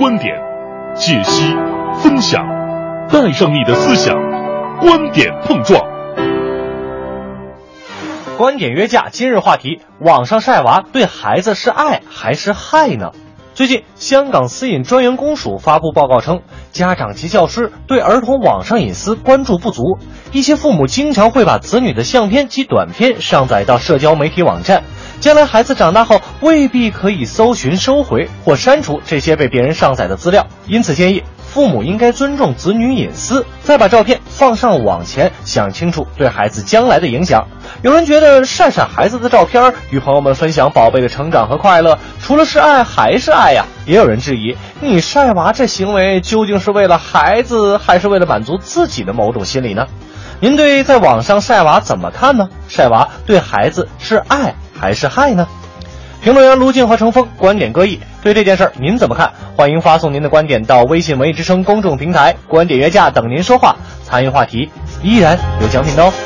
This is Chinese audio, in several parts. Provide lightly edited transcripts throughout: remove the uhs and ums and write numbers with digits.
观点，解析、分享，带上你的思想，观点碰撞。 观点约架，今日话题：网上晒娃对孩子是爱还是害呢？最近，香港私隐专员公署发布报告称，家长及教师对儿童网上隐私关注不足，一些父母经常会把子女的相片及短片上载到社交媒体网站，将来孩子长大后未必可以搜寻、收回或删除这些被别人上载的资料，因此建议父母应该尊重子女隐私，在把照片放上网前想清楚对孩子将来的影响。有人觉得晒晒孩子的照片，与朋友们分享宝贝的成长和快乐，除了是爱还是爱呀？也有人质疑，你晒娃这行为究竟是为了孩子，还是为了满足自己的某种心理呢？您对在网上晒娃怎么看呢？晒娃对孩子是爱还是害呢？评论员卢静和程峰观点各异，对这件事您怎么看？欢迎发送您的观点到微信文艺之声公众平台，观点约架等您说话，参与话题依然有奖品的哦。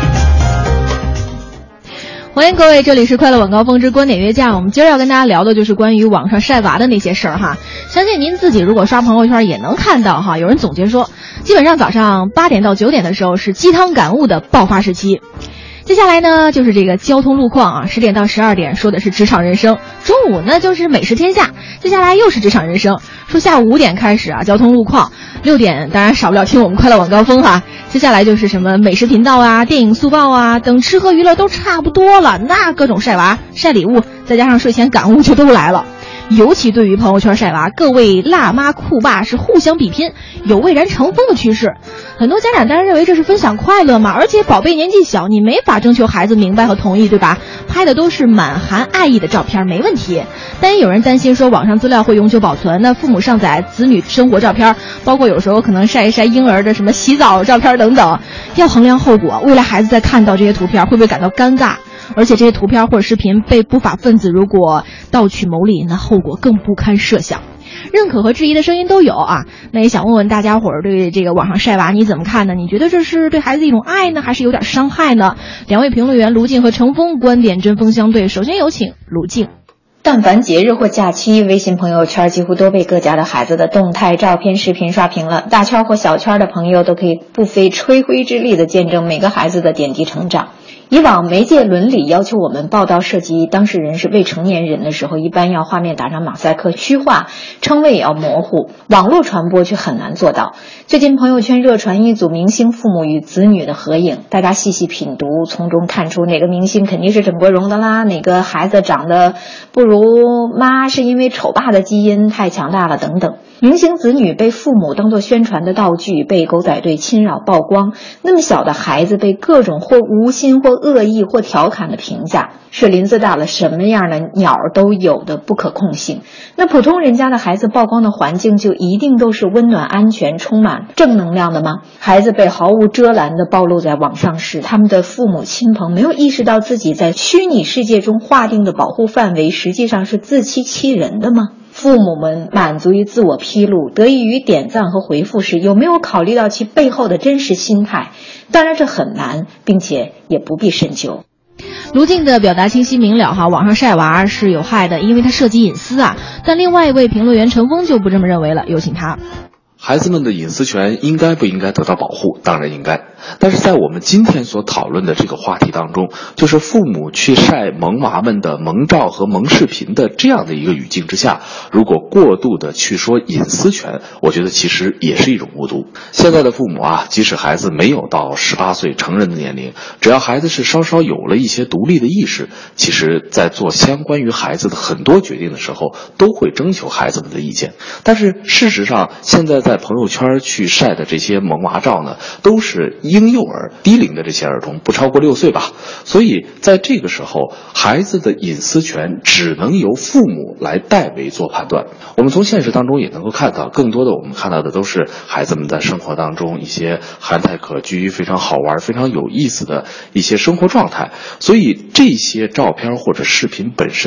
欢迎各位，这里是快乐晚高峰之观点约架。我们今儿要跟大家聊的就是关于网上晒娃的那些事儿哈。相信您自己如果刷朋友圈也能看到哈，有人总结说，基本上早上8点到9点的时候是鸡汤感悟的爆发时期。接下来呢就是这个交通路况啊，10点到12点说的是职场人生，中午呢就是美食天下，接下来又是职场人生，说下午5点开始啊交通路况，6点当然少不了听我们快乐晚高峰哈，接下来就是什么美食频道啊、电影速报啊等吃喝娱乐都差不多了，那各种晒娃、晒礼物，再加上睡前感悟就都来了。尤其对于朋友圈晒娃，各位辣妈酷爸是互相比拼，有蔚然成风的趋势。很多家长当然认为这是分享快乐嘛，而且宝贝年纪小，你没法征求孩子明白和同意，对吧？拍的都是满含爱意的照片，没问题。但也有人担心说网上资料会永久保存，那父母上载子女生活照片，包括有时候可能晒一晒婴儿的什么洗澡照片等等，要衡量后果，未来孩子在看到这些图片会不会感到尴尬？而且这些图片或者视频被不法分子如果盗取牟利，那后果更不堪设想。认可和质疑的声音都有啊，那也想问问大家伙儿对这个网上晒娃你怎么看呢？你觉得这是对孩子一种爱呢，还是有点伤害呢？两位评论员卢静和程峰观点针锋相对，首先有请卢静。 但凡节日或假期，微信朋友圈几乎都被各家的孩子的动态照片、视频刷屏了。大圈或小圈的朋友都可以不费吹灰之力地见证每个孩子的点滴成长。以往媒介伦理要求我们报道涉及当事人是未成年人的时候，一般要画面打上马赛克虚化，称谓也要模糊，网络传播却很难做到。最近朋友圈热传一组明星父母与子女的合影，大家细细品读，从中看出哪个明星肯定是整过容的啦，哪个孩子长得不如妈是因为丑爸的基因太强大了等等。明星子女被父母当作宣传的道具，被狗仔队侵扰曝光，那么小的孩子被各种或无心或恶意或调侃的评价，是林子大了什么样的鸟都有的不可控性。那普通人家的孩子曝光的环境就一定都是温暖安全充满正能量的吗？孩子被毫无遮拦地暴露在网上时，他们的父母亲朋没有意识到自己在虚拟世界中划定的保护范围实际上是自欺欺人的吗？父母们满足于自我披露，得益于点赞和回复时，有没有考虑到其背后的真实心态？当然这很难，并且也不必深究。 卢静的表达清晰明了哈，网上晒娃是有害的，因为它涉及隐私啊。但另外一位评论员程峰就不这么认为了，有请他。 孩子们的隐私权应该不应该得到保护？当然应该。但是在我们今天所讨论的这个话题当中，就是父母去晒萌娃们的萌照和萌视频的这样的一个语境之下，如果过度的去说隐私权，我觉得其实也是一种误读。现在的父母啊，即使孩子没有到18岁成人的年龄，只要孩子是稍稍有了一些独立的意识，其实在做相关于孩子的很多决定的时候，都会征求孩子们的意见。但是事实上，现在在朋友圈去晒的这些萌娃照呢，都是婴幼儿低龄的这些儿童，不超过6岁吧。所以在这个时候，孩子的隐私权只能由父母来代为做判断。我们从现实当中也能够看到，更多的我们看到的都是孩子们在生活当中一些憨态可掬、非常好玩、非常有意思的一些生活状态。所以这些照片或者视频本身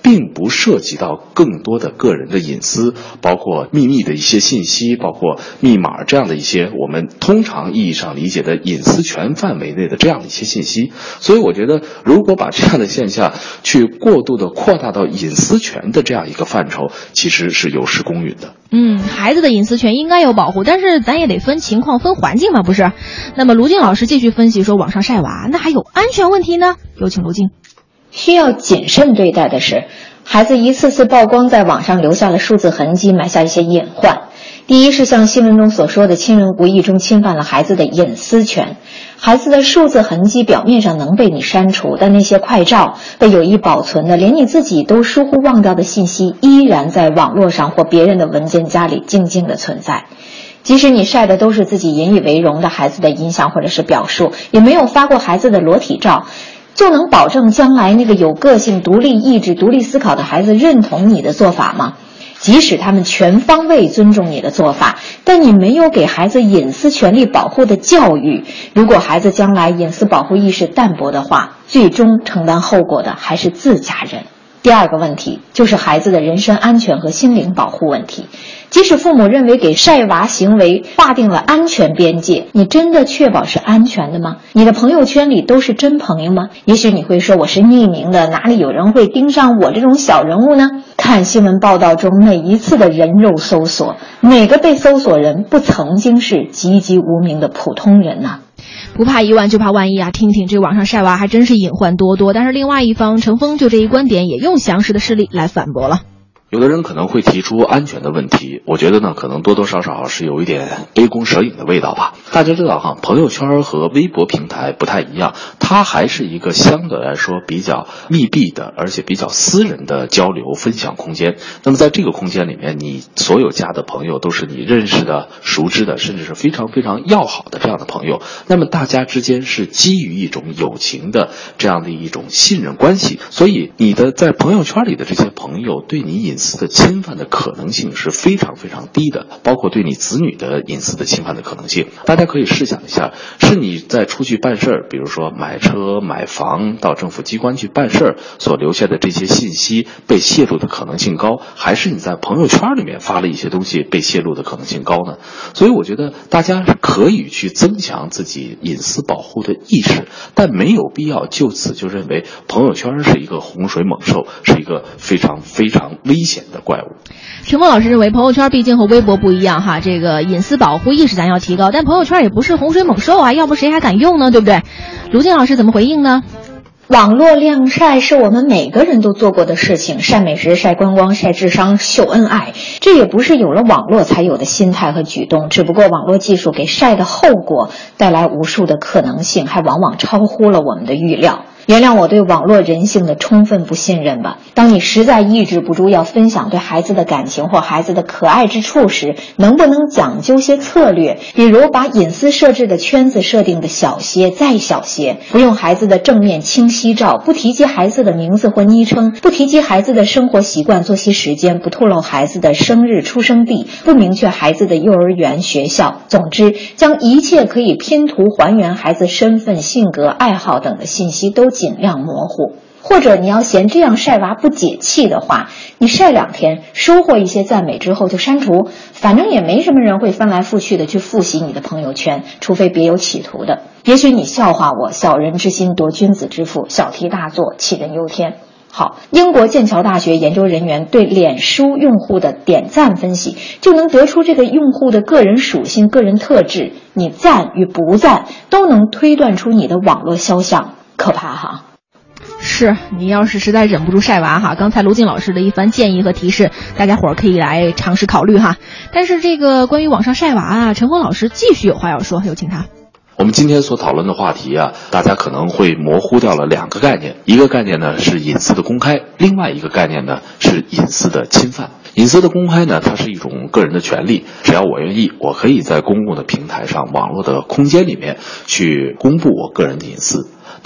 并不涉及到更多的个人的隐私，包括秘密的一些信息，包括密码这样的一些我们通常意义上理解的隐私权范围内的这样的一些信息。所以我觉得如果把这样的现象去过度的扩大到隐私权的这样一个范畴，其实是有失公允的。 孩子的隐私权应该有保护，但是咱也得分情况分环境嘛，不是？那么卢静老师继续分析说，网上晒娃那还有安全问题呢？有请卢静。 需要谨慎对待的是，孩子一次次曝光在网上留下了数字痕迹，埋下一些隐患。第一是像新闻中所说的，亲人无意中侵犯了孩子的隐私权。孩子的数字痕迹表面上能被你删除，但那些快照被有意保存的，连你自己都疏忽忘掉的信息，依然在网络上或别人的文件夹里静静的存在。即使你晒的都是自己引以为荣的孩子的音像或者是表述，也没有发过孩子的裸体照，就能保证将来那个有个性、独立意志、独立思考的孩子认同你的做法吗？即使他们全方位尊重你的做法，但你没有给孩子隐私权利保护的教育，如果孩子将来隐私保护意识淡薄的话，最终承担后果的还是自家人。第二个问题就是孩子的人身安全和心灵保护问题。即使父母认为给晒娃行为划定了安全边界，你真的确保是安全的吗？你的朋友圈里都是真朋友吗？也许你会说，我是匿名的，哪里有人会盯上我这种小人物呢？看新闻报道中每一次的人肉搜索，哪个被搜索人不曾经是籍籍无名的普通人呢？ 不怕一万就怕万一啊！听听这网上晒娃还真是隐患多多。但是另外一方程峰就这一观点也用详实的事例来反驳了。 有的人可能会提出安全的问题，我觉得呢，可能多多少少是有一点杯弓蛇影的味道吧。大家知道哈，朋友圈和微博平台不太一样，它还是一个相对来说比较密闭的，而且比较私人的交流分享空间。那么在这个空间里面，你所有加的朋友都是你认识的、熟知的，甚至是非常非常要好的这样的朋友。那么大家之间是基于一种友情的这样的一种信任关系，所以你的在朋友圈里的这些朋友对你隐私的侵犯的可能性是非常非常低的，包括对你子女的隐私的侵犯的可能性。大家可以试想一下，是你在出去办事儿，比如说买车、买房，到政府机关去办事儿所留下的这些信息被泄露的可能性高，还是你在朋友圈里面发了一些东西被泄露的可能性高呢？所以我觉得大家可以去增强自己隐私保护的意识，但没有必要就此就认为朋友圈是一个洪水猛兽，是一个非常非常危险的怪物。 陈峰老师认为，朋友圈毕竟和微博不一样哈，这个隐私保护意识咱要提高，但朋友圈也不是洪水猛兽啊，要不谁还敢用呢，对不对？卢静老师怎么回应呢？ 网络晾晒是我们每个人都做过的事情，晒美食、晒观光、晒智商、秀恩爱，这也不是有了网络才有的心态和举动，只不过网络技术给晒的后果带来无数的可能性，还往往超乎了我们的预料。原谅我对网络人性的充分不信任吧。当你实在抑制不住要分享对孩子的感情或孩子的可爱之处时，能不能讲究些策略？比如把隐私设置的圈子设定的小些再小些，不用孩子的正面清晰照，不提及孩子的名字或昵称，不提及孩子的生活习惯、作息时间，不透露孩子的生日、出生地，不明确孩子的幼儿园、学校。总之，将一切可以拼图还原孩子身份、性格、爱好等的信息都尽量模糊。或者你要嫌这样晒娃不解气的话，你晒2天，收获一些赞美之后就删除，反正也没什么人会翻来覆去的去复习你的朋友圈，除非别有企图的。也许你笑话我小人之心夺君子之腹，小题大做，杞人忧天。好，英国剑桥大学研究人员对脸书用户的点赞分析，就能得出这个用户的个人属性、个人特质，你赞与不赞都能推断出你的网络肖像，可怕哈。 是，你要是实在忍不住晒娃哈，刚才卢静老师的一番建议和提示，大家伙儿可以来尝试考虑哈。但是这个关于网上晒娃啊，陈峰老师继续有话要说，有请他。 我们今天所讨论的话题啊，大家可能会模糊掉了2个概念，一个概念呢是隐私的公开，另外一个概念呢是隐私的侵犯。隐私的公开呢，它是一种个人的权利，只要我愿意，我可以在公共的平台上、网络的空间里面去公布我个人的隐私。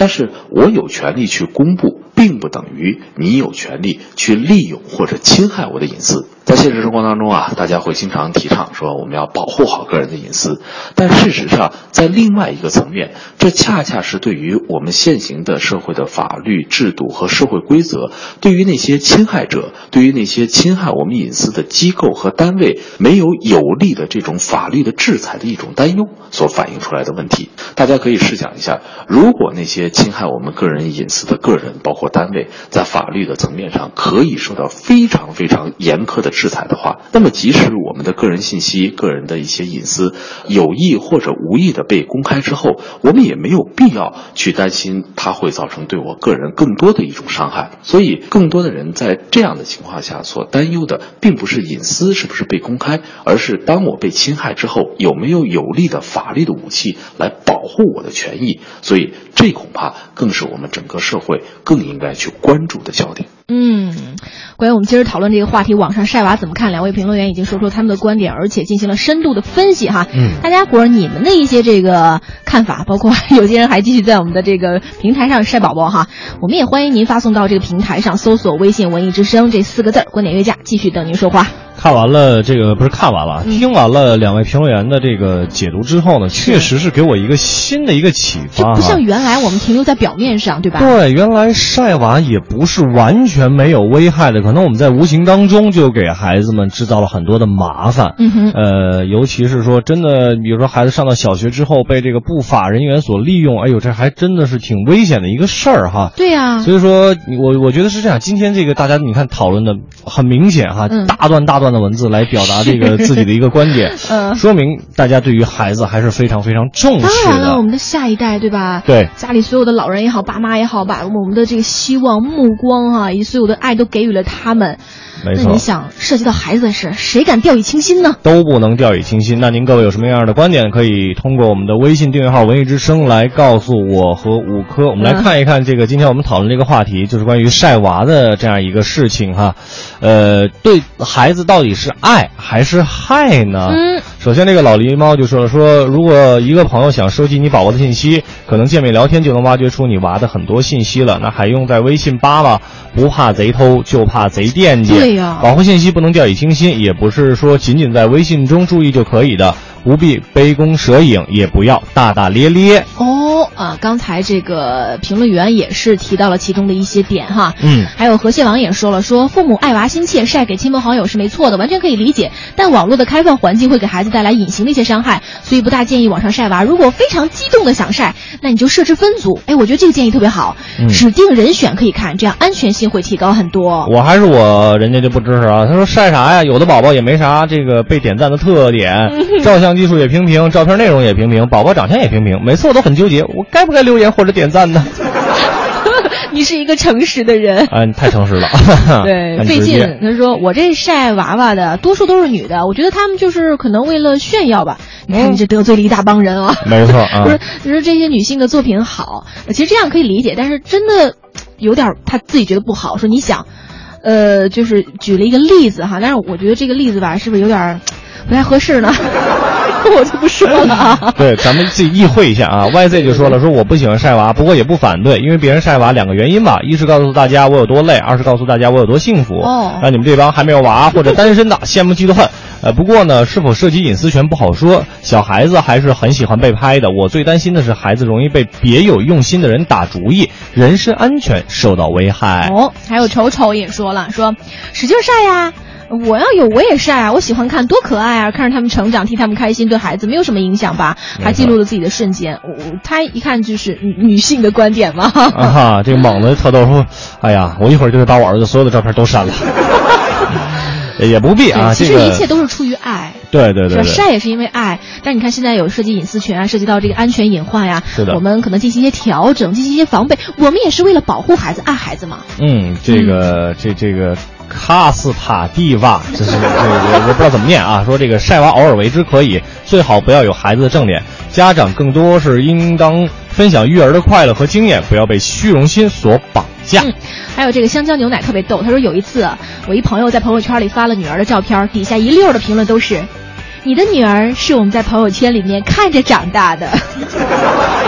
但是我有权利去公布，并不等于你有权利去利用或者侵害我的隐私。在现实生活当中啊，大家会经常提倡说我们要保护好个人的隐私，但事实上在另外一个层面，这恰恰是对于我们现行的社会的法律制度和社会规则，对于那些侵害者，对于那些侵害我们隐私的机构和单位没有有力的这种法律的制裁的一种担忧所反映出来的问题。大家可以试想一下，如果那些侵害我们个人隐私的个人包括单位在法律的层面上可以受到非常非常严苛的制裁的话，那么即使我们的个人信息、个人的一些隐私有意或者无意的被公开之后，我们也没有必要去担心它会造成对我个人更多的一种伤害。所以更多的人在这样的情况下所担忧的并不是隐私是不是被公开，而是当我被侵害之后有没有有力的法律的武器来保护我的权益。所以这恐怕更是我们整个社会更应该去关注的焦点。 关于我们今儿讨论这个话题，网上晒娃怎么看？两位评论员已经说出他们的观点，而且进行了深度的分析哈。大家伙儿你们的一些这个看法，包括有些人还继续在我们的这个平台上晒宝宝哈。我们也欢迎您发送到这个平台上，搜索微信文艺之声这4个字，观点约架，继续等您说话。 看完了这个不是看完了，听完了两位评论员的这个解读之后呢，确实是给我一个新的一个启发。 不像原来我们停留在表面上，对吧？ 对，原来晒娃也不是完全没有危害的，可能我们在无形当中就给孩子们制造了很多的麻烦。尤其是说真的，比如说孩子上到小学之后被这个不法人员所利用，哎呦，这还真的是挺危险的一个事儿哈。 对呀。 所以说我觉得是这样，今天这个大家你看讨论的很明显哈，大段的文字来表达这个自己的一个观点，说明大家对于孩子还是非常非常重视的。 当然了，我们的下一代，对吧？ 对， 家里所有的老人也好，爸妈也好，把我们的这个希望、目光啊，以及所有的爱都给予了他们。 没错。 那你想，涉及到孩子的事，谁敢掉以轻心呢？ 都不能掉以轻心。那您各位有什么样的观点，可以通过我们的微信订阅号文艺之声来告诉我和五科。我们来看一看这个今天我们讨论这个话题，就是关于晒娃的这样一个事情哈。对孩子到底是爱还是害呢？首先这个老狸猫就说了，说如果一个朋友想收集你宝宝的信息，可能见面聊天就能挖掘出你娃的很多信息了，那还用在微信扒吗？不怕贼偷，就怕贼惦记。 对呀， 保护信息不能掉以轻心，也不是说仅仅在微信中注意就可以的，不必杯弓蛇影，也不要大大咧咧。 刚才这个评论员也是提到了其中的一些点哈。还有河蟹王也说了，说父母爱娃心切，晒给亲朋好友是没错的，完全可以理解，但网络的开放环境会给孩子带来隐形的一些伤害，所以不大建议网上晒娃。如果非常激动的想晒，那你就设置分组。我觉得这个建议特别好，指定人选可以看，这样安全性会提高很多。 人家就不支持啊，他说晒啥呀？有的宝宝也没啥这个被点赞的特点，照相技术也平平，照片内容也平平，宝宝长相也平平，每次我都很纠结，我该不该留言或者点赞呢？ 你是一个诚实的人你太诚实了。 对，费劲。他说我这晒娃娃的多数都是女的，我觉得他们就是可能为了炫耀吧。你看你这得罪了一大帮人啊。 没错不是，就是这些女性的作品好，其实这样可以理解，但是真的有点他自己觉得不好。说你想就是举了一个例子哈，但是我觉得这个例子吧，是不是有点不太合适呢？我就不说了啊。 对，咱们自己意会一下啊。YZ 就说了，说我不喜欢晒娃，不过也不反对，因为别人晒娃2个原因吧，一是告诉大家我有多累，二是告诉大家我有多幸福。让你们这帮还没有娃或者单身的羡慕嫉妒恨。不过呢，是否涉及隐私权不好说，小孩子还是很喜欢被拍的。我最担心的是孩子容易被别有用心的人打主意，人身安全受到危害。 还有丑丑也说了，说使劲晒呀。我要有我也晒啊，我喜欢看，多可爱啊，看着他们成长，替他们开心，对孩子没有什么影响吧，还记录了自己的瞬间。他一看就是女性的观点嘛。 这个猛的特逗说，哎呀，我一会儿就会把我儿子所有的照片都删了。也不必啊， 其实一切都是出于爱。 对， 晒也是因为爱，但是你看现在有涉及隐私权啊，涉及到这个安全隐患呀， 是的， 我们可能进行一些调整，进行一些防备，我们也是为了保护孩子，爱孩子嘛。 这个卡斯塔蒂瓦，这是我不知道怎么念啊。说这个晒娃偶尔为之可以，最好不要有孩子的正脸。家长更多是应当分享育儿的快乐和经验，不要被虚荣心所绑架。 还有这个香蕉牛奶特别逗，他说有一次我一朋友在朋友圈里发了女儿的照片，底下一溜的评论都是，你的女儿是我们在朋友圈里面看着长大的。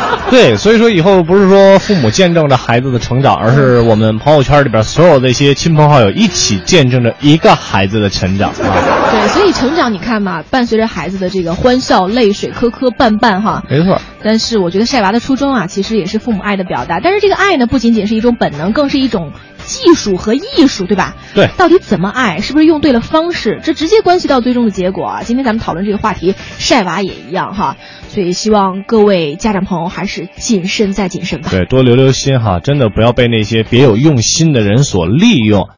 对，所以说以后不是说父母见证着孩子的成长，而是我们朋友圈里边所有的一些亲朋好友一起见证着一个孩子的成长啊。 对，所以成长你看嘛，伴随着孩子的这个欢笑、泪水磕磕绊绊哈。 没错。 但是我觉得晒娃的初衷啊，其实也是父母爱的表达。但是这个爱呢，不仅仅是一种本能，更是一种技术和艺术，对吧？ 对。 到底怎么爱，是不是用对了方式，这直接关系到最终的结果啊。今天咱们讨论这个话题，晒娃也一样哈。所以希望各位家长朋友还是谨慎再谨慎吧。 对，多留留心哈，真的不要被那些别有用心的人所利用。